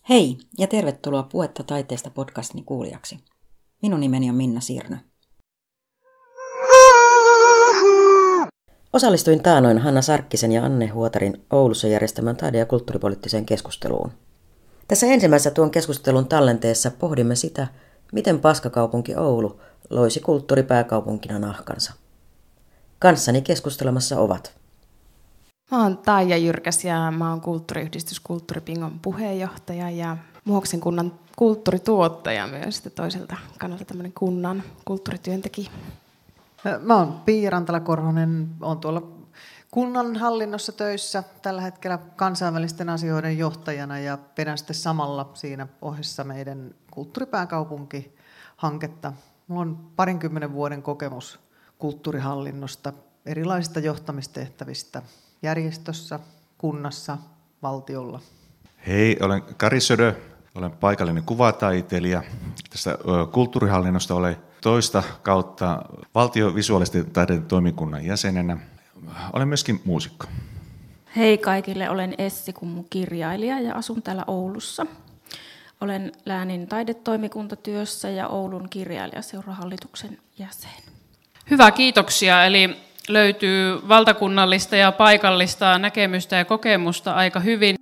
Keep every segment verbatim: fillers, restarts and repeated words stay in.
Hei ja tervetuloa Puhetta taiteesta podcastini kuulijaksi. Minun nimeni on Minna Sirnö. Osallistuin taanoin Hanna Sarkkisen ja Anne Huotarin Oulussa järjestämään taide- ja kulttuuripoliittiseen keskusteluun. Tässä ensimmäisessä tuon keskustelun tallenteessa pohdimme sitä, miten paskakaupunki Oulu loisi kulttuuripääkaupunkina nahkansa. Kanssani keskustelemassa ovat Mä oon Taija Jyrkäs ja mä oon kulttuuriyhdistys Kulttuuripingon puheenjohtaja ja Muhoksen kunnan kulttuurituottaja myös toiselta kannalta tämmöinen kunnan kulttuurityöntekijä. Mä oon Pia Rantala-Korhonen, oon tuolla kunnan hallinnossa töissä tällä hetkellä kansainvälisten asioiden johtajana ja vedän sitten samalla siinä ohessa meidän kulttuuripääkaupunki-hanketta. Mulla on parinkymmenen vuoden kokemus kulttuurihallinnosta, erilaisista johtamistehtävistä järjestössä, kunnassa, valtiolla. Hei, olen Kari Södö, olen paikallinen kuvataiteilija. Tästä kulttuurihallinnosta olen toista kautta valtiovisuaalisten taiteiden toimikunnan jäsenenä. Olen myöskin muusikko. Hei kaikille, olen Essi Kummu, kirjailija ja asun täällä Oulussa. Olen läänin taidetoimikuntatyössä ja Oulun kirjailijaseurahallituksen jäsen. Hyvä, kiitoksia. Eli löytyy valtakunnallista ja paikallista näkemystä ja kokemusta aika hyvin.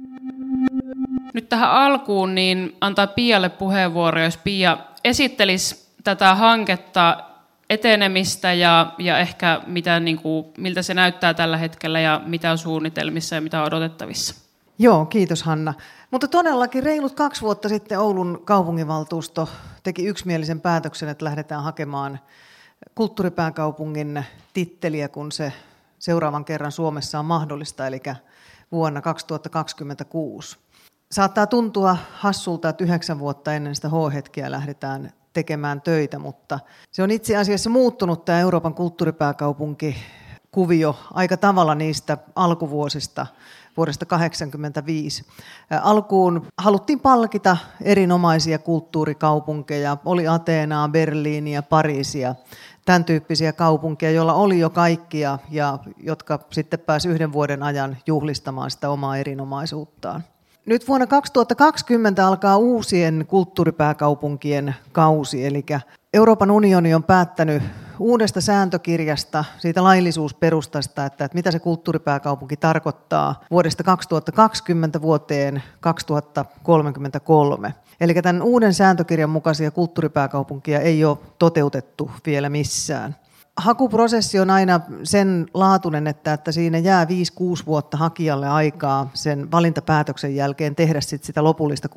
Nyt tähän alkuun niin antaa Pialle puheenvuoro, jos Pia esittelisi tätä hanketta, etenemistä ja, ja ehkä mitä, niin kuin, miltä se näyttää tällä hetkellä ja mitä on suunnitelmissa ja mitä on odotettavissa. Joo, kiitos Hanna. Mutta todellakin reilut kaksi vuotta sitten Oulun kaupunginvaltuusto teki yksimielisen päätöksen, että lähdetään hakemaan kulttuuripääkaupungin titteliä, kun se seuraavan kerran Suomessa on mahdollista, eli vuonna kaksituhattakaksikymmentäkuusi. Saattaa tuntua hassulta, että yhdeksän vuotta ennen sitä H-hetkeä lähdetään tekemään töitä, mutta se on itse asiassa muuttunut tämä Euroopan kulttuuripääkaupunkikuvio aika tavalla niistä alkuvuosista vuodesta tuhatyhdeksänsataakahdeksankymmentäviisi. Alkuun haluttiin palkita erinomaisia kulttuurikaupunkeja, oli Ateenaa, Berliiniä, Pariisia, tämän tyyppisiä kaupunkeja, joilla oli jo kaikkia ja jotka sitten pääsi yhden vuoden ajan juhlistamaan sitä omaa erinomaisuuttaan. Nyt vuonna kaksituhattakaksikymmentä alkaa uusien kulttuuripääkaupunkien kausi, eli Euroopan unioni on päättänyt uudesta sääntökirjasta, siitä laillisuusperustasta, että, että mitä se kulttuuripääkaupunki tarkoittaa vuodesta kaksituhattakaksikymmentä vuoteen kaksituhattakolmekymmentäkolme. Eli tämän uuden sääntökirjan mukaisia kulttuuripääkaupunkia ei ole toteutettu vielä missään. Hakuprosessi on aina sen laatuinen, että, että siinä jää viisi kuusi vuotta hakijalle aikaa sen valintapäätöksen jälkeen tehdä sit sitä lopullista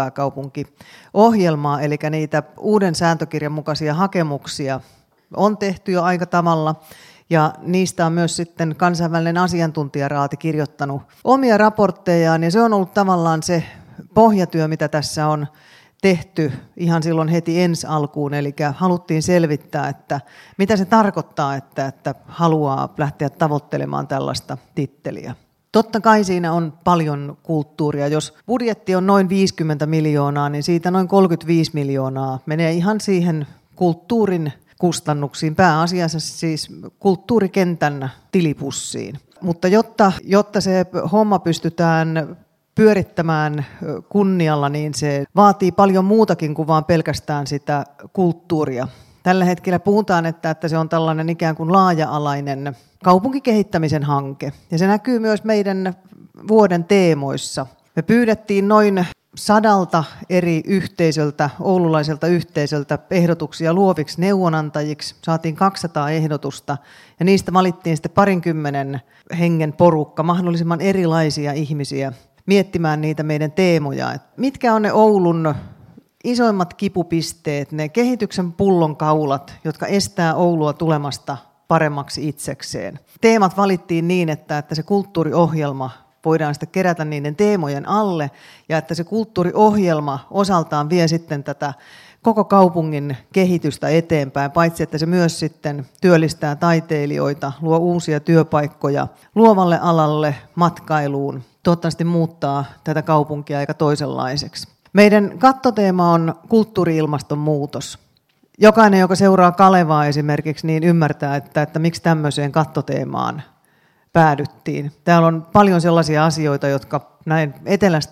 kulttuuripääkaupunkiohjelmaa, eli niitä uuden sääntökirjan mukaisia hakemuksia on tehty jo aika tavalla, ja niistä on myös sitten kansainvälinen asiantuntijaraati kirjoittanut omia raporttejaan, ja se on ollut tavallaan se pohjatyö, mitä tässä on tehty ihan silloin heti ensi alkuun, eli haluttiin selvittää, että mitä se tarkoittaa, että, että haluaa lähteä tavoittelemaan tällaista titteliä. Totta kai siinä on paljon kulttuuria. Jos budjetti on noin viisikymmentä miljoonaa, niin siitä noin kolmekymmentäviisi miljoonaa menee ihan siihen kulttuurin kustannuksiin, pääasiassa siis kulttuurikentän tilipussiin. Mutta jotta, jotta se homma pystytään pyörittämään kunnialla, niin se vaatii paljon muutakin kuin vaan pelkästään sitä kulttuuria. Tällä hetkellä puhutaan, että, että se on tällainen ikään kuin laaja-alainen kaupunkikehittämisen hanke. Ja se näkyy myös meidän vuoden teemoissa. Me pyydettiin noin sadalta eri yhteisöltä, oululaiselta yhteisöltä ehdotuksia luoviksi neuvonantajiksi. Saatiin kaksisataa ehdotusta ja niistä valittiin sitten parinkymmenen hengen porukka, mahdollisimman erilaisia ihmisiä miettimään niitä meidän teemoja. Mitkä on ne Oulun isoimmat kipupisteet, ne kehityksen pullonkaulat, jotka estää Oulua tulemasta paremmaksi itsekseen. Teemat valittiin niin, että, että se kulttuuriohjelma voidaan sitten kerätä niiden teemojen alle, ja että se kulttuuriohjelma osaltaan vie sitten tätä koko kaupungin kehitystä eteenpäin, paitsi että se myös sitten työllistää taiteilijoita, luo uusia työpaikkoja luovalle alalle, matkailuun, toivottavasti muuttaa tätä kaupunkia aika toisenlaiseksi. Meidän kattoteema on kulttuuri-ilmastonmuutos. Jokainen, joka seuraa Kalevaa esimerkiksi, niin ymmärtää, että, että miksi tämmöiseen kattoteemaan päädyttiin. Täällä on paljon sellaisia asioita, jotka näin etelästä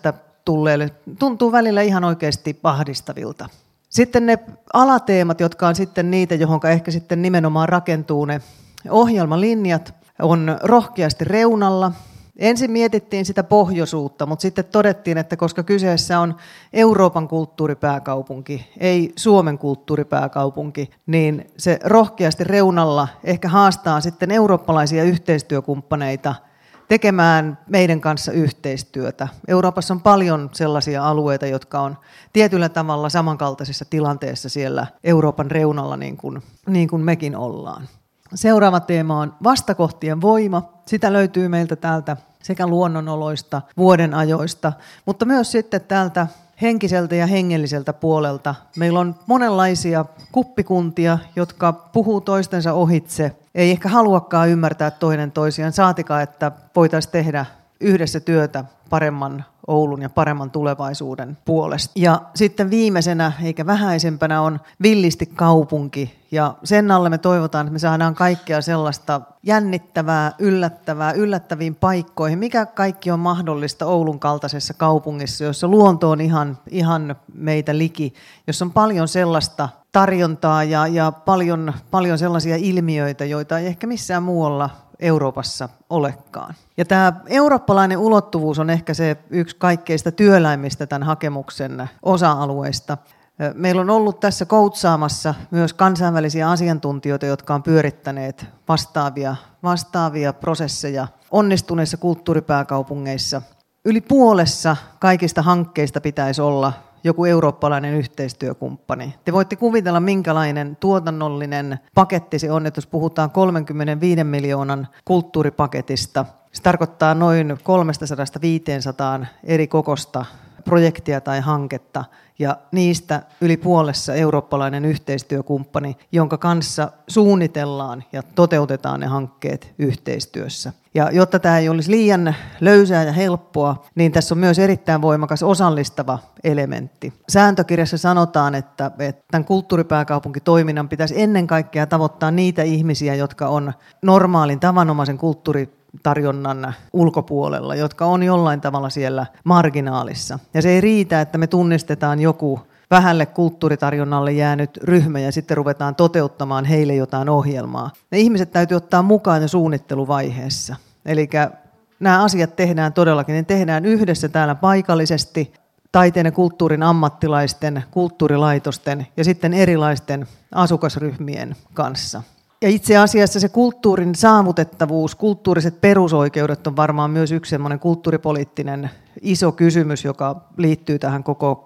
tulleille tuntuu välillä ihan oikeasti ahdistavilta. Sitten ne alateemat, jotka on sitten niitä, johon ehkä sitten nimenomaan rakentuu ne ohjelmalinjat, on rohkeasti reunalla. Ensin mietittiin sitä pohjoisuutta, mutta sitten todettiin, että koska kyseessä on Euroopan kulttuuripääkaupunki, ei Suomen kulttuuripääkaupunki, niin se rohkeasti reunalla ehkä haastaa sitten eurooppalaisia yhteistyökumppaneita tekemään meidän kanssa yhteistyötä. Euroopassa on paljon sellaisia alueita, jotka on tietyllä tavalla samankaltaisessa tilanteessa siellä Euroopan reunalla, niin kuin, niin kuin mekin ollaan. Seuraava teema on vastakohtien voima. Sitä löytyy meiltä täältä sekä luonnonoloista, vuodenajoista, mutta myös sitten täältä henkiseltä ja hengelliseltä puolelta. Meillä on monenlaisia kuppikuntia, jotka puhuu toistensa ohitse. Ei ehkä haluakaan ymmärtää toinen toisiaan, saatikaan, että voitaisiin tehdä yhdessä työtä paremman Oulun ja paremman tulevaisuuden puolesta. Ja sitten viimeisenä, eikä vähäisempänä, on villisti kaupunki. Ja sen alle me toivotaan, että me saadaan kaikkea sellaista jännittävää, yllättävää, yllättäviin paikkoihin. Mikä kaikki on mahdollista Oulun kaltaisessa kaupungissa, jossa luonto on ihan, ihan meitä liki, jossa on paljon sellaista tarjontaa ja, ja paljon, paljon sellaisia ilmiöitä, joita ei ehkä missään muualla Euroopassa olekaan. Ja tämä eurooppalainen ulottuvuus on ehkä se yksi kaikkeista työläimmistä tämän hakemuksen osa-alueista. Meillä on ollut tässä koutsaamassa myös kansainvälisiä asiantuntijoita, jotka on pyörittäneet vastaavia, vastaavia prosesseja onnistuneissa kulttuuripääkaupungeissa. Yli puolessa kaikista hankkeista pitäisi olla joku eurooppalainen yhteistyökumppani. Te voitte kuvitella, minkälainen tuotannollinen paketti se on, että jos puhutaan kolmekymmentäviisi miljoonan kulttuuripaketista. Se tarkoittaa noin kolmestasadasta viiteensataan eri kokosta projektia tai hanketta, ja niistä yli puolessa eurooppalainen yhteistyökumppani, jonka kanssa suunnitellaan ja toteutetaan ne hankkeet yhteistyössä. Ja jotta tämä ei olisi liian löysää ja helppoa, niin tässä on myös erittäin voimakas osallistava elementti. Sääntökirjassa sanotaan, että, että tämän kulttuuripääkaupunkitoiminnan pitäisi ennen kaikkea tavoittaa niitä ihmisiä, jotka on normaalin tavanomaisen kulttuuri tarjonnan ulkopuolella, jotka on jollain tavalla siellä marginaalissa. Ja se ei riitä, että me tunnistetaan joku vähälle kulttuuritarjonnalle jäänyt ryhmä ja sitten ruvetaan toteuttamaan heille jotain ohjelmaa. Ne ihmiset täytyy ottaa mukaan jo suunnitteluvaiheessa. Eli nämä asiat tehdään todellakin, ne tehdään yhdessä täällä paikallisesti taiteen ja kulttuurin ammattilaisten, kulttuurilaitosten ja sitten erilaisten asukasryhmien kanssa. Ja itse asiassa se kulttuurin saavutettavuus, kulttuuriset perusoikeudet on varmaan myös yksi semmoinen kulttuuripoliittinen iso kysymys, joka liittyy tähän koko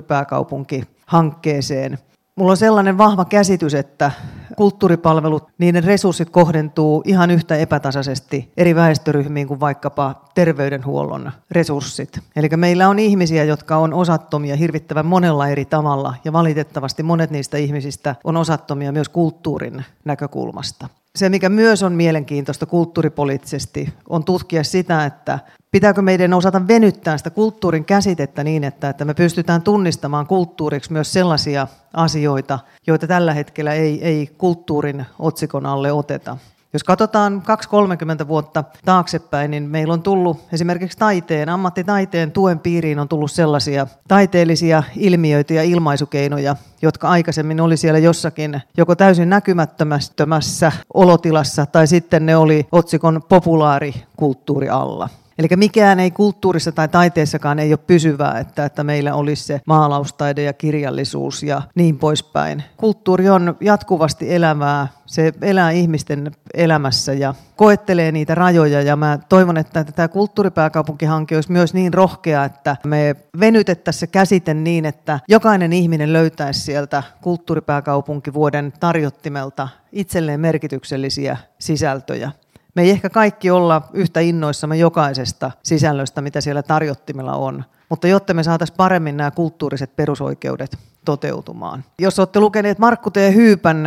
kulttuuripääkaupunkihankkeeseen. Mulla on sellainen vahva käsitys, että kulttuuripalvelut, niiden resurssit kohdentuu ihan yhtä epätasaisesti eri väestöryhmiin kuin vaikkapa terveydenhuollon resurssit. Eli meillä on ihmisiä, jotka on osattomia hirvittävän monella eri tavalla, ja valitettavasti monet niistä ihmisistä on osattomia myös kulttuurin näkökulmasta. Se, mikä myös on mielenkiintoista kulttuuripoliittisesti, on tutkia sitä, että pitääkö meidän osata venyttää sitä kulttuurin käsitettä niin, että, että me pystytään tunnistamaan kulttuuriksi myös sellaisia asioita, joita tällä hetkellä ei, ei kulttuurin otsikon alle oteta. Jos katsotaan kaksikymmentä kolmekymmentä vuotta taaksepäin, niin meillä on tullut esimerkiksi taiteen, ammattitaiteen tuen piiriin on tullut sellaisia taiteellisia ilmiöitä ja ilmaisukeinoja, jotka aikaisemmin oli siellä jossakin joko täysin näkymättömässä olotilassa tai sitten ne oli otsikon populaarikulttuuri alla. Eli mikään ei kulttuurissa tai taiteessakaan ei ole pysyvää, että, että meillä olisi se maalaustaide ja kirjallisuus ja niin poispäin. Kulttuuri on jatkuvasti elävää, se elää ihmisten elämässä ja koettelee niitä rajoja, ja mä toivon, että tämä kulttuuripääkaupunkihanke olisi myös niin rohkea, että me venytettäisiin se käsite niin, että jokainen ihminen löytäisi sieltä kulttuuripääkaupunkivuoden tarjottimelta itselleen merkityksellisiä sisältöjä. Me ei ehkä kaikki olla yhtä innoissamme jokaisesta sisällöstä, mitä siellä tarjottimella on, mutta jotta me saataisiin paremmin nämä kulttuuriset perusoikeudet toteutumaan. Jos olette lukeneet Markku T. Hyypän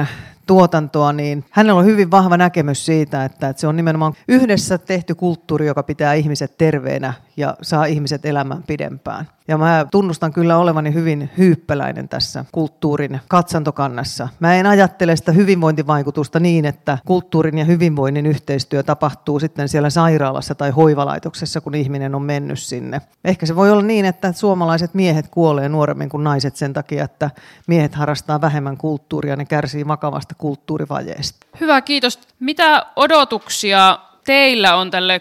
tuotantoa, niin hänellä on hyvin vahva näkemys siitä, että, että se on nimenomaan yhdessä tehty kulttuuri, joka pitää ihmiset terveenä ja saa ihmiset elämään pidempään. Ja mä tunnustan kyllä olevani hyvin hyyppäläinen tässä kulttuurin katsantokannassa. Mä en ajattele sitä hyvinvointivaikutusta niin, että kulttuurin ja hyvinvoinnin yhteistyö tapahtuu sitten siellä sairaalassa tai hoivalaitoksessa, kun ihminen on mennyt sinne. Ehkä se voi olla niin, että suomalaiset miehet kuolee nuoremmin kuin naiset sen takia, että miehet harrastaa vähemmän kulttuuria, ne kärsii vakavasta kulttuurivajeesta. Hyvä, kiitos. Mitä odotuksia teillä on tälle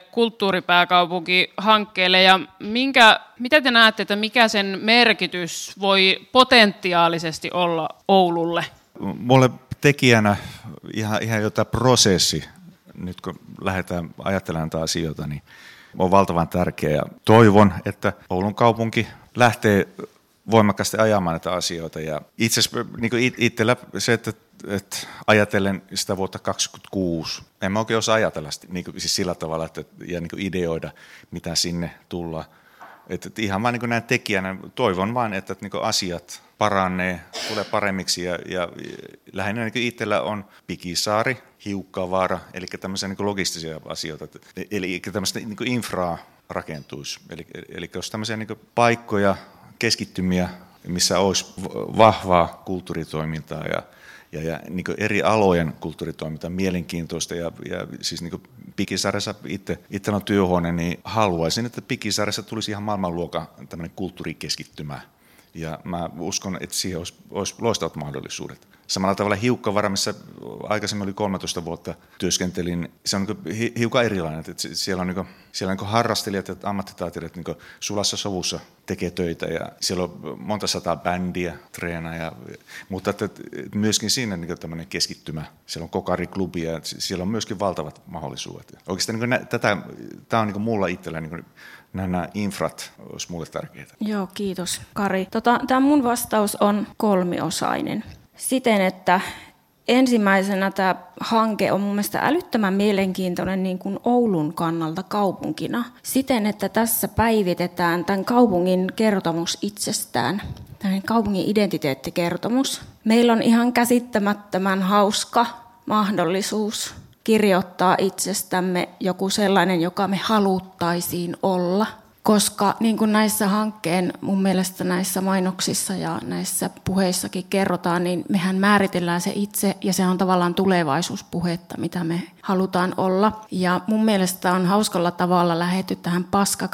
kulttuuripääkaupunkihankkeelle ja minkä, mitä te näette, että mikä sen merkitys voi potentiaalisesti olla Oululle? Mulle tekijänä ihan, ihan jotain prosessi, nyt kun lähdetään ajattelemaan tätä asioita, niin on valtavan tärkeä ja toivon, että Oulun kaupunki lähtee voimakkaasti ajamaan näitä asioita. Ja itse asiassa niin itsellä se, että, että ajatellen sitä vuotta kaksikymmentäkuusi, en mä oikein osaa ajatella sitä, niin kuin, siis sillä tavalla, että, ja niin ideoida, mitä sinne tullaan. Että, että ihan vaan niin näin tekijänä toivon vaan, että, että niin asiat paranee, tulee paremmiksi. Ja, ja, ja lähinnä niin itsellä on Pikisaari, Hiukkavaara, eli tämmöisiä niin logistisia asioita, eli tämmöistä niin infraa rakentuisi. Eli, eli jos tämmöisiä niin paikkoja, keskittymiä, missä olisi vahvaa kulttuuritoimintaa ja, ja, ja niin eri alojen kulttuuritoimintaa, mielenkiintoista. Ja, ja siis niin Pikisaaressa itse, itse on työhuone, niin haluaisin, että Pikisaaressa tulisi ihan maailmanluokan tämmöinen kulttuurikeskittymä. Ja mä uskon, että siihen olisi, olisi loistavat mahdollisuudet. Samalla tavalla Hiukkavaara, missä aikaisemmin oli kolmetoista vuotta työskentelin, se on niin hiukan erilainen. Että siellä on, niin siellä on niin harrastelijat ja ammattitaiteilijat niin sulassa sovussa tekee töitä ja siellä on monta sataa bändiä, treenaa. Ja, mutta että myöskin siinä niin tämmöinen keskittymä. Siellä on kokariklubi ja siellä on myöskin valtavat mahdollisuudet. Oikeastaan niin nä, tätä, tämä on niin mulla itsellä niin nämä infrat olisi mulle tärkeitä. Joo, kiitos Kari. Tota, tämä mun vastaus on kolmiosainen. Siten, että ensimmäisenä tämä hanke on mun mielestä älyttömän mielenkiintoinen niin kuin Oulun kannalta kaupunkina. Siten, että tässä päivitetään tämän kaupungin kertomus itsestään. Tällainen kaupungin identiteettikertomus. Meillä on ihan käsittämättömän hauska mahdollisuus kirjoittaa itsestämme joku sellainen, joka me haluttaisiin olla. Koska niin kuin näissä hankkeen, mun mielestä näissä mainoksissa ja näissä puheissakin kerrotaan, niin mehän määritellään se itse ja se on tavallaan tulevaisuuspuhetta, mitä me halutaan olla. Ja mun mielestä on hauskalla tavalla lähdetty tähän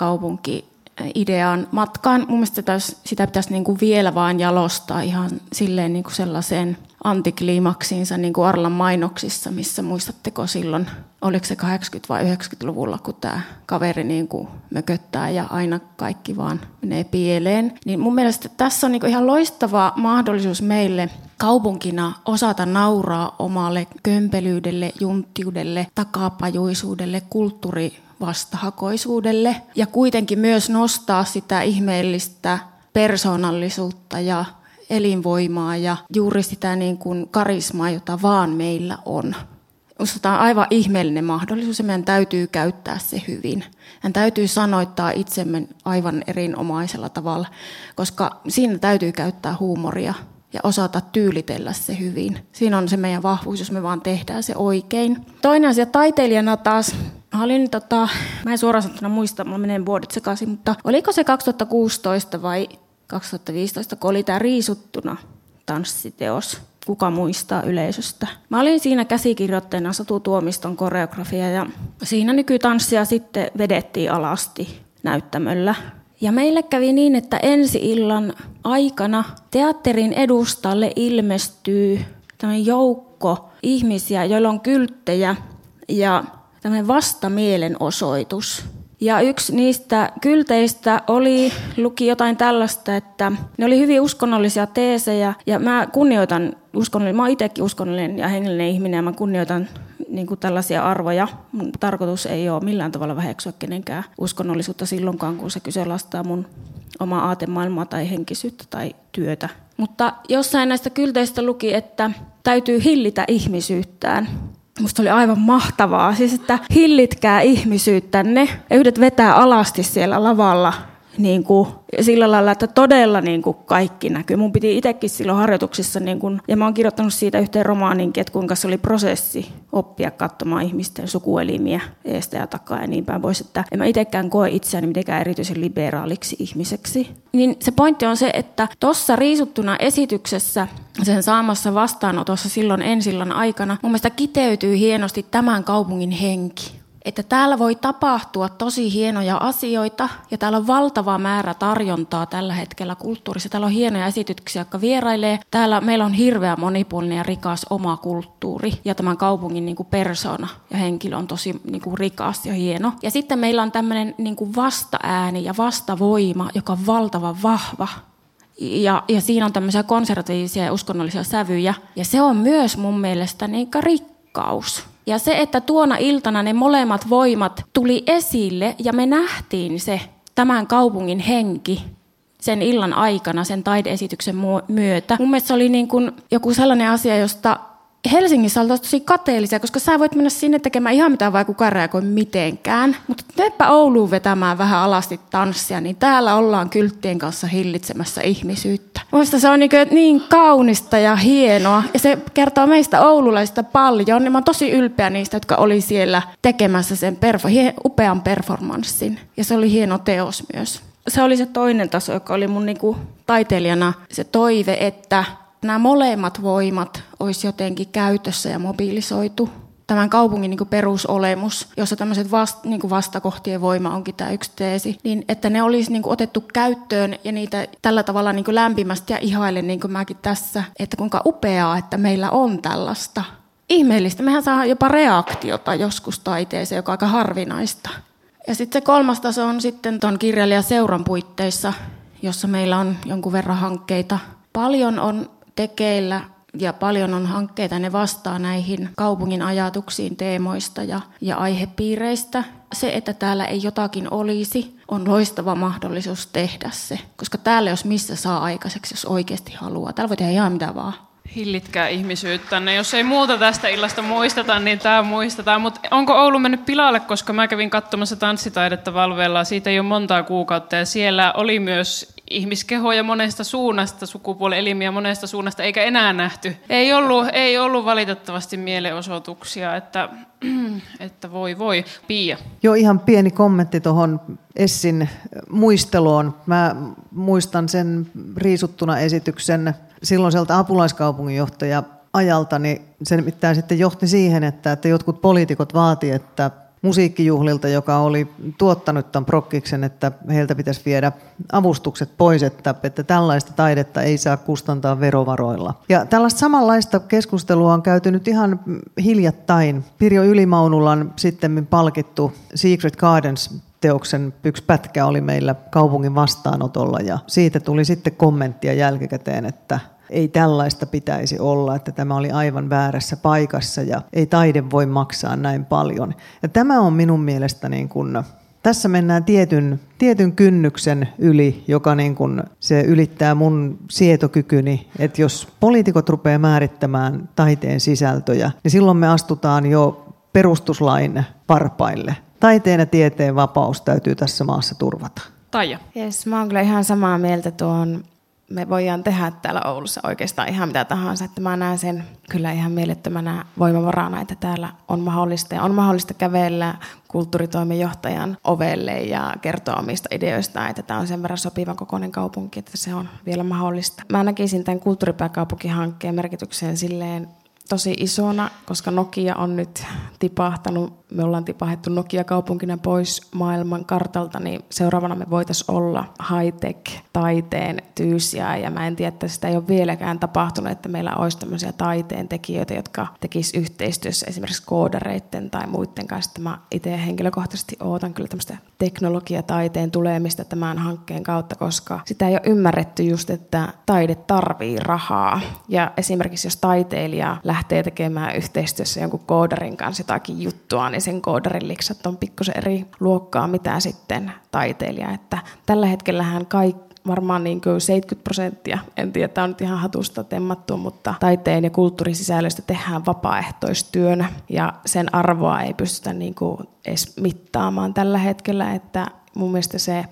paskakaupunki-ideaan matkaan. Mun mielestä sitä pitäisi niin kuin vielä vaan jalostaa ihan silleen niin kuin sellaiseen antikliimaksiinsa niin kuin Arlan mainoksissa, missä muistatteko silloin, oliko se kahdeksankymmentä- vai yhdeksänkymmentäluvulla, kun tämä kaveri niin kuin mököttää ja aina kaikki vaan menee pieleen. Niin mun mielestä tässä on niin kuin ihan loistava mahdollisuus meille kaupunkina osata nauraa omalle kömpelyydelle, junttiudelle, takapajuisuudelle, kulttuurivastahakoisuudelle ja kuitenkin myös nostaa sitä ihmeellistä persoonallisuutta ja elinvoimaa ja juuri sitä niin kuin karismaa, jota vaan meillä on. Minusta tämä on aivan ihmeellinen mahdollisuus ja meidän täytyy käyttää se hyvin. Meidän täytyy sanoittaa itsemme aivan erinomaisella tavalla, koska siinä täytyy käyttää huumoria ja osata tyylitellä se hyvin. Siinä on se meidän vahvuus, jos me vaan tehdään se oikein. Toinen asia taiteilijana taas. Mä, olin, tota, mä en suoraan sanottuna muista, mulla menee vuodet sekaisin, mutta oliko se kaksituhattakuusitoista vai kaksituhattaviisitoista, kun oli tämä Riisuttuna tanssiteos. Kuka muistaa yleisöstä. Mä olin siinä käsikirjoittajana Satu Tuomiston koreografia ja siinä nykytanssia sitten vedettiin alasti näyttämöllä. Ja meille kävi niin, että ensi-illan aikana teatterin edustalle ilmestyy tämmöinen joukko ihmisiä, joilla on kylttejä ja tämmöinen vastamielenosoitus. Ja yksi niistä kylteistä oli, luki jotain tällaista, että ne oli hyvin uskonnollisia teesejä. Ja mä kunnioitan uskonnollinen, mä oon itsekin uskonnollinen ja hengellinen ihminen ja mä kunnioitan niin kuin tällaisia arvoja. Mun tarkoitus ei ole millään tavalla väheksyä kenenkään uskonnollisuutta silloinkaan, kun se kyseenalaistaa mun omaa aatemaailmaa tai henkisyyttä tai työtä. Mutta jossain näistä kylteistä luki, että täytyy hillitä ihmisyyttään. Musta oli aivan mahtavaa, siis että hillitkää ihmisyyttänne ja yhdet vetää alasti siellä lavalla niin kuin, sillä lailla, että todella niin kuin kaikki näkyy. Mun piti itsekin silloin harjoituksissa, niin kuin, ja mä oon kirjoittanut siitä yhteen romaaninkin, että kuinka se oli prosessi oppia katsomaan ihmisten sukuelimiä eestä ja takaa ja niin päin pois, että en mä itsekään koe itseäni mitenkään erityisen liberaaliksi ihmiseksi. Niin se pointti on se, että tuossa riisuttuna esityksessä, sen saamassa vastaanotossa silloin ensillan aikana, mun mielestä kiteytyy hienosti tämän kaupungin henki. Että täällä voi tapahtua tosi hienoja asioita ja täällä on valtava määrä tarjontaa tällä hetkellä kulttuurissa. Täällä on hienoja esityksiä, jotka vierailee. Täällä meillä on hirveä monipuolinen ja rikas oma kulttuuri ja tämän kaupungin niin kuin persona ja henkilö on tosi niin kuin rikas ja hieno. Ja sitten meillä on tämmöinen niin kuin vastaääni ja vastavoima, joka on valtavan vahva. Ja, ja siinä on tämmöisiä konservatiivisia ja uskonnollisia sävyjä. Ja se on myös mun mielestä niin kuin rikkaus. Ja se, että tuona iltana ne molemmat voimat tuli esille ja me nähtiin se tämän kaupungin henki sen illan aikana, sen taideesityksen myötä. Mun mielestä se oli niin kuin joku sellainen asia, josta Helsingissä oltaisiin tosi kateellisia, koska sä voit mennä sinne tekemään ihan mitään, vai kukaan reagoi mitenkään. Mutta meppä Ouluun vetämään vähän alasti tanssia, niin täällä ollaan kylttien kanssa hillitsemässä ihmisyyttä. Mielestäni se on niin, niin kaunista ja hienoa, ja se kertoo meistä oululaisista paljon. Ja mä oon tosi ylpeä niistä, jotka oli siellä tekemässä sen perf- upean performanssin. Ja se oli hieno teos myös. Se oli se toinen taso, joka oli mun niinku taiteilijana se toive, että nämä molemmat voimat olisi jotenkin käytössä ja mobilisoitu. Tämän kaupungin niin kuin perusolemus, jossa tämmöiset vast, niin kuin vastakohtien voima onkin tämä yksi teesi, niin että ne olisi niin kuin otettu käyttöön ja niitä tällä tavalla niin kuin lämpimästi ja ihailen, niin kuin mäkin tässä, että kuinka upeaa, että meillä on tällaista. Ihmeellistä. Mehän saa jopa reaktiota joskus taiteeseen, joka on aika harvinaista. Ja sitten se kolmas taso on sitten tuon kirjailijaseuran puitteissa, jossa meillä on jonkun verran hankkeita. Paljon on tekeillä ja paljon on hankkeita, ne vastaa näihin kaupungin ajatuksiin, teemoista ja, ja aihepiireistä. Se, että täällä ei jotakin olisi, on loistava mahdollisuus tehdä se, koska täällä jos missä saa aikaiseksi, jos oikeasti haluaa. Täällä voi tehdä ihan mitä vaan. Hillitkää ihmisyyttänne. Jos ei muuta tästä illasta muisteta, niin tämä muistetaan. Mutta onko Oulu mennyt pilalle, koska mä kävin katsomassa tanssitaidetta Valveella. Siitä ei ole montaa kuukautta ja siellä oli myös ihmiskehoja monesta suunnasta, sukupuolielimiä monesta suunnasta, eikä enää nähty. Ei ollut, ei ollut valitettavasti mielenosoituksia, että, että voi voi. Pia. Joo, ihan pieni kommentti tuohon Essin muisteluun. Mä muistan sen riisuttuna esityksen silloiselta apulaiskaupunginjohtaja ajalta, niin se nimittäin sitten johti siihen, että, että jotkut poliitikot vaati, että musiikkijuhlilta, joka oli tuottanut tämän prokkiksen, että heiltä pitäisi viedä avustukset pois, että, että tällaista taidetta ei saa kustantaa verovaroilla. Ja tällaista samanlaista keskustelua on käyty nyt ihan hiljattain. Pirjo Ylimaunulan sitten palkittu Secret Gardens-teoksen yksi pätkä oli meillä kaupungin vastaanotolla ja siitä tuli sitten kommenttia jälkikäteen, että ei tällaista pitäisi olla, että tämä oli aivan väärässä paikassa ja ei taide voi maksaa näin paljon. Ja tämä on minun mielestä, niin kuin, tässä mennään tietyn, tietyn kynnyksen yli, joka niin kuin, se ylittää mun sietokykyni, että jos poliitikot rupeaa määrittämään taiteen sisältöjä, niin silloin me astutaan jo perustuslain varpaille. Taiteen ja tieteen vapaus täytyy tässä maassa turvata. Taija. Yes, mä oon kyllä ihan samaa mieltä tuon. Me voidaan tehdä täällä Oulussa oikeastaan ihan mitä tahansa, että mä näen sen kyllä ihan mielettömänä voimavarana, että täällä on mahdollista ja on mahdollista kävellä kulttuuritoimenjohtajan ovelle ja kertoa omista ideoistaan, että tämä on sen verran sopiva kokoinen kaupunki, että se on vielä mahdollista. Mä näkisin tämän kulttuuripääkaupunkihankkeen merkityksen silleen tosi isona, koska Nokia on nyt tipahtanut, me ollaan tipahettu Nokia-kaupunkina pois maailman kartalta, niin seuraavana me voitaisiin olla high-tech-taiteen tyysiä, ja mä en tiedä, että sitä ei ole vieläkään tapahtunut, että meillä olisi tämmöisiä taiteen tekijöitä, jotka tekisivät yhteistyössä esimerkiksi koodareiden tai muiden kanssa. Mä itse henkilökohtaisesti ootan kyllä tämmöistä teknologiataiteen tulemista tämän hankkeen kautta, koska sitä ei ole ymmärretty just, että taide tarvii rahaa, ja esimerkiksi jos taiteilija lähtee tekemään yhteistyössä jonkun koodarin kanssa jotakin juttua, niin sen koodarin liksat on pikkusen eri luokkaa mitä sitten taiteilija. Että tällä hetkellähän kaikki, varmaan niin kuin seitsemänkymmentä prosenttia, en tiedä, tämä on nyt ihan hatusta temmattu, mutta taiteen ja kulttuurisisällöstä tehdään vapaaehtoistyönä ja sen arvoa ei pystytä niin kuin edes mittaamaan tällä hetkellä, että mun mielestä se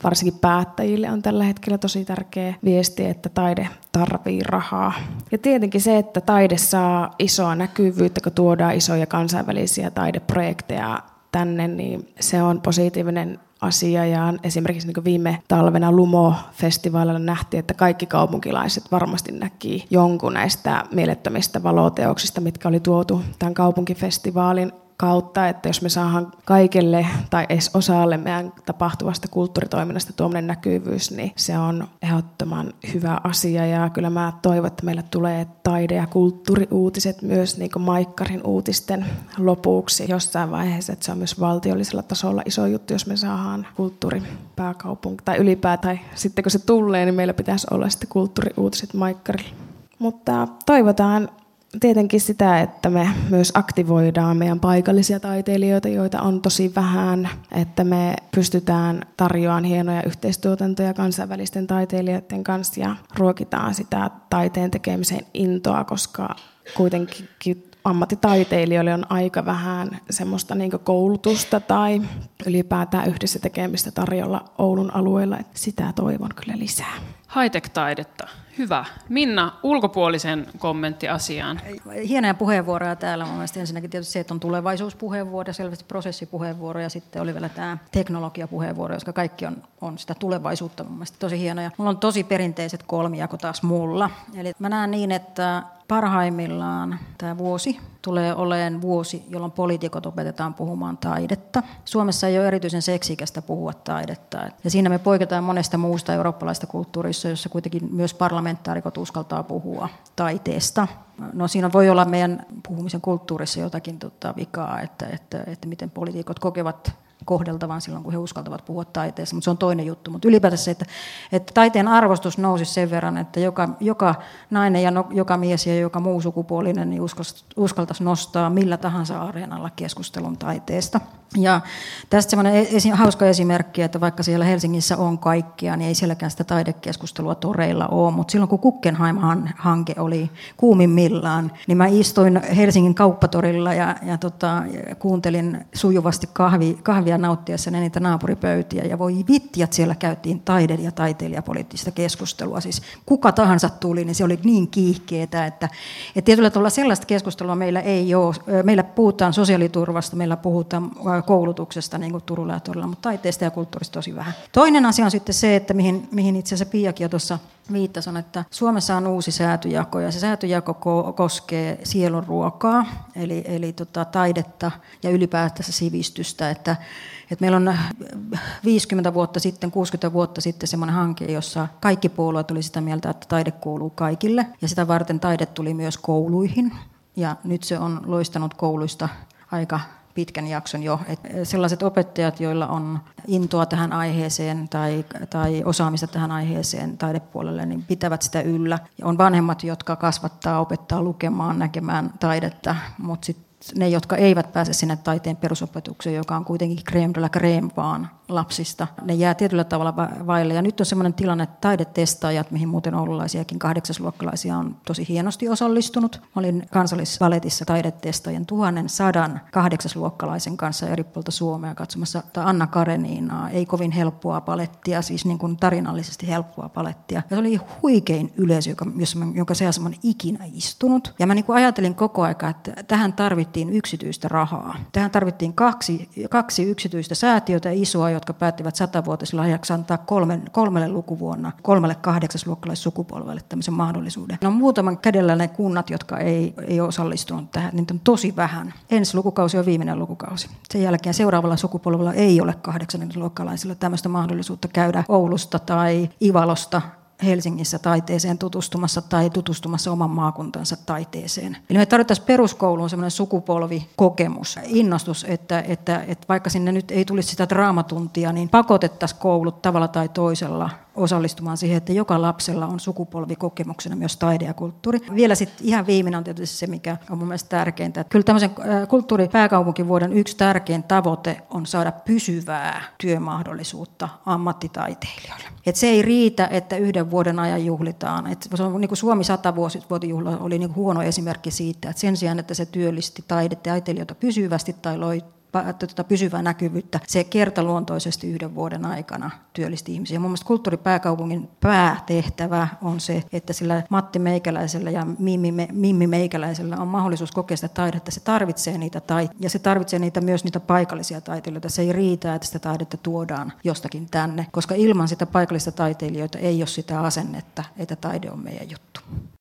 varsinkin päättäjille on tällä hetkellä tosi tärkeä viesti, että taide tarvii rahaa. Ja tietenkin se, että taide saa isoa näkyvyyttä, kun tuodaan isoja kansainvälisiä taideprojekteja tänne, niin se on positiivinen asia. Ja esimerkiksi niin viime talvena Lumo-festivaalilla nähtiin, että kaikki kaupunkilaiset varmasti näki jonkun näistä mielettömistä valoteoksista, mitkä oli tuotu tämän kaupunkifestivaalin kautta, että jos me saadaan kaikille tai edes osalle meidän tapahtuvasta kulttuuritoiminnasta tuommoinen näkyvyys, niin se on ehdottoman hyvä asia. Ja kyllä mä toivon, että meillä tulee taide- ja kulttuuriuutiset myös niin kuin Maikkarin uutisten lopuksi jossain vaiheessa, että se on myös valtiollisella tasolla iso juttu, jos me saadaan kulttuuripääkaupunki tai ylipäätään, tai sitten kun se tulee, niin meillä pitäisi olla sitten kulttuuriuutiset Maikkarilla. Mutta toivotaan tietenkin sitä, että me myös aktivoidaan meidän paikallisia taiteilijoita, joita on tosi vähän, että me pystytään tarjoamaan hienoja yhteistuotantoja kansainvälisten taiteilijoiden kanssa ja ruokitaan sitä taiteen tekemisen intoa, koska kuitenkin ammattitaiteilijoille on aika vähän semmoista niin kuin koulutusta tai ylipäätään yhdessä tekemistä tarjolla Oulun alueella. Sitä toivon kyllä lisää. High-tech-taidetta. Hyvä. Minna, ulkopuolisen kommentti asiaan. Hienoja puheenvuoroja täällä. Mun mielestä ensinnäkin tietysti se, että on tulevaisuuspuheenvuoro, selvästi prosessipuheenvuoro ja sitten oli vielä tämä teknologiapuheenvuoro, jotka kaikki on, on sitä tulevaisuutta mun mielestä tosi hienoja. Mulla on tosi perinteiset kolmijako taas mulla. Eli mä näen niin, että parhaimmillaan tämä vuosi tulee olemaan vuosi, jolloin poliitikot opetetaan puhumaan taidetta. Suomessa ei ole erityisen seksikästä puhua taidetta. Ja siinä me poiketaan monesta muusta eurooppalaista kulttuurissa, jossa kuitenkin myös parlamentaarikot uskaltaa puhua taiteesta. No siinä voi olla meidän puhumisen kulttuurissa jotakin tota, vikaa, että, että, että miten poliitikot kokevat kohdeltavan silloin, kun he uskaltavat puhua taiteessa, mutta se on toinen juttu. Mutta ylipäätään se, että, että taiteen arvostus nousi sen verran, että joka, joka nainen ja no, joka mies ja joka muu sukupuolinen niin uskaltaisi nostaa millä tahansa areenalla keskustelun taiteesta. Ja tästä semmoinen esi- hauska esimerkki, että vaikka siellä Helsingissä on kaikkea, niin ei sielläkään sitä taidekeskustelua toreilla ole, mutta silloin kun Guggenheim-hanke oli kuumimmillaan, niin mä istuin Helsingin kauppatorilla ja, ja tota, kuuntelin sujuvasti kahvi, kahvia nauttiessa niitä naapuripöytiä, ja voi vittiät, siellä käytiin taide- ja taiteilijapoliittista keskustelua. Siis kuka tahansa tuli, niin se oli niin kiihkeetä, että, että tietyllä tavalla sellaista keskustelua meillä ei ole. Meillä puhutaan sosiaaliturvasta, meillä puhutaan koulutuksesta, niin kuin Turulla ja Torilla, mutta taiteesta ja kulttuurista tosi vähän. Toinen asia on sitten se, että mihin, mihin itse asiassa Piakin jo tuossa viittasi, on, että Suomessa on uusi säätyjako, ja se säätyjako ko- koskee sielunruokaa, eli, eli tota, taidetta ja ylipäätänsä sivistystä, että, että meillä on viisikymmentä vuotta sitten, kuusikymmentä vuotta sitten semmoinen hanke, jossa kaikki puolueet oli sitä mieltä, että taide kuuluu kaikille, ja sitä varten taide tuli myös kouluihin, ja nyt se on loistanut kouluista aika pitkän jakson jo. Että sellaiset opettajat, joilla on intoa tähän aiheeseen tai, tai osaamista tähän aiheeseen taidepuolelle, niin pitävät sitä yllä. Ja on vanhemmat, jotka kasvattaa, opettaa lukemaan, näkemään taidetta, mutta sitten ne, jotka eivät pääse sinne taiteen perusopetukseen, joka on kuitenkin crème de la crème vaan lapsista, ne jää tietyllä tavalla vaille. Ja nyt on sellainen tilanne, että taidetestaajat, mihin muuten oululaisiakin kahdeksasluokkalaisia on tosi hienosti osallistunut. Mä olin Kansallisbaletissa taidetestaajien tuhannen sadan kahdeksasluokkalaisen kanssa eri puolta Suomea katsomassa Anna Kareninaa. Ei kovin helppoa palettia, siis niin kuin tarinallisesti helppoa palettia. Ja se oli huikein yleisö, joka, jonka seassa mä olen ikinä istunut. Ja mä niin kuin ajattelin koko ajan, että tähän tarvittiin yksityistä rahaa. Tähän tarvittiin kaksi, kaksi yksityistä säätiötä isoa, jotka päättivät satavuotislahjaksi antaa kolme, kolmelle lukuvuonna, kolmelle kahdeksasluokkalaissukupolvelle tämmöisen mahdollisuuden. On muutaman kädellä ne kunnat, jotka ei, ei osallistunut tähän. Niitä on tosi vähän. Ensi lukukausi on viimeinen lukukausi. Sen jälkeen seuraavalla sukupolvella ei ole kahdeksannenluokkalaisilla tämmöistä mahdollisuutta käydä Oulusta tai Ivalosta Helsingissä taiteeseen tutustumassa tai tutustumassa oman maakuntansa taiteeseen. Eli me tarvittaisiin peruskouluun semmoinen sukupolvikokemus, innostus, että, että, että vaikka sinne nyt ei tulisi sitä draamatuntia, niin pakotettaisiin koulut tavalla tai toisella osallistumaan siihen, että joka lapsella on sukupolvikokemuksena myös taide ja kulttuuri. Vielä sitten ihan viimeinen on tietysti se, mikä on mun mielestä tärkeintä. Kyllä tämmöisen kulttuuripääkaupunkivuoden yksi tärkein tavoite on saada pysyvää työmahdollisuutta ammattitaiteilijoille. Et se ei riitä, että yhden vuoden ajan juhlitaan. Et se on, niin kuin Suomi satavuotijuhla oli niin kuin huono esimerkki siitä, että sen sijaan, että se työllisti taidetaiteilijoita pysyvästi tai loi pysyvää näkyvyyttä. Se kertaluontoisesti yhden vuoden aikana työllisti ihmisiä. Mun mielestä kulttuuripääkaupungin päätehtävä on se, että sillä Matti Meikäläisellä ja Mimmi, Mimmi Meikäläisellä on mahdollisuus kokea sitä taidetta. Se tarvitsee niitä taiteilijoita ja se tarvitsee niitä, myös niitä paikallisia taiteilijoita. Se ei riitä, että sitä taidetta tuodaan jostakin tänne, koska ilman sitä paikallista taiteilijoita ei ole sitä asennetta, että taide on meidän juttu.